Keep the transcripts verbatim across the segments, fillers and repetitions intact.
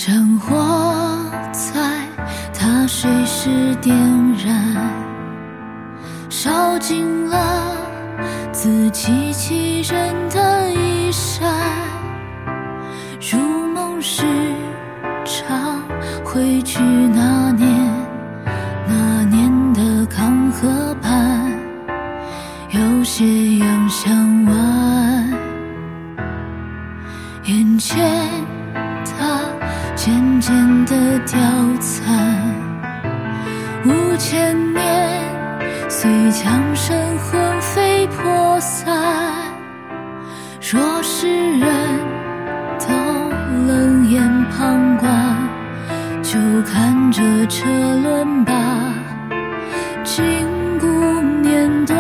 生活在它随时点燃，烧尽了自欺欺人的衣衫。如梦时常回去那年，那年的康河畔，有些洋香湾，眼前它渐渐地凋残。五千年随枪声魂飞魄散，若世人都冷眼旁观，就看这车轮把筋骨碾断。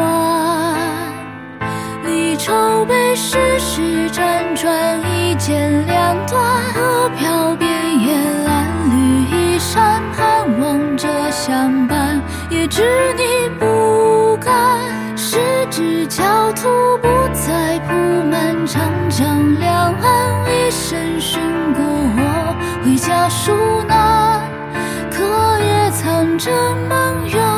离愁悲世事辗转，一剑两断。河漂边沿蓝绿衣衫，盼望着相伴，也知你不甘。十指交途不再铺满长江两岸，一生寻过我，回家疏难，可也藏着梦远。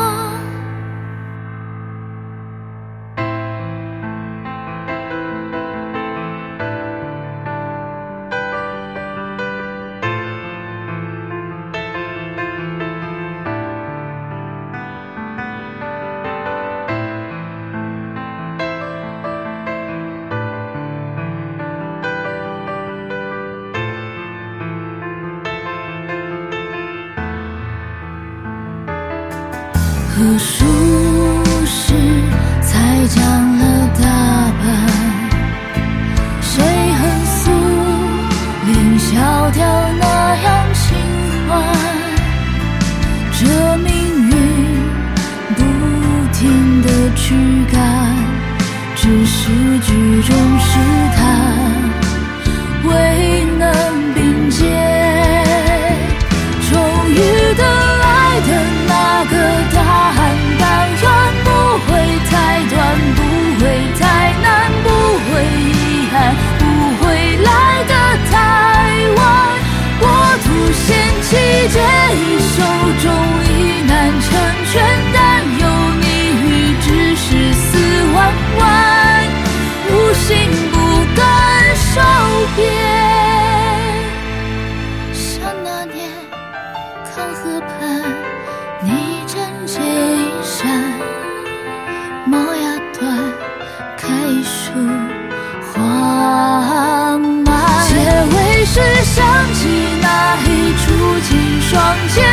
何数时才将了大半？谁横诉连萧条那样轻缓？这命运不停地驱赶，只是剧中试探，未能并肩。终于等来的那个答案，但愿不会太短，不会太难，不会遗憾，不会来得太晚。我独献奇迹，手中已难成全，但有你与只是四万万，无心不甘受骗。像那年康河畔，你针结衣衫，毛牙断，开一束花蔓。结尾时想起那一触景双剑，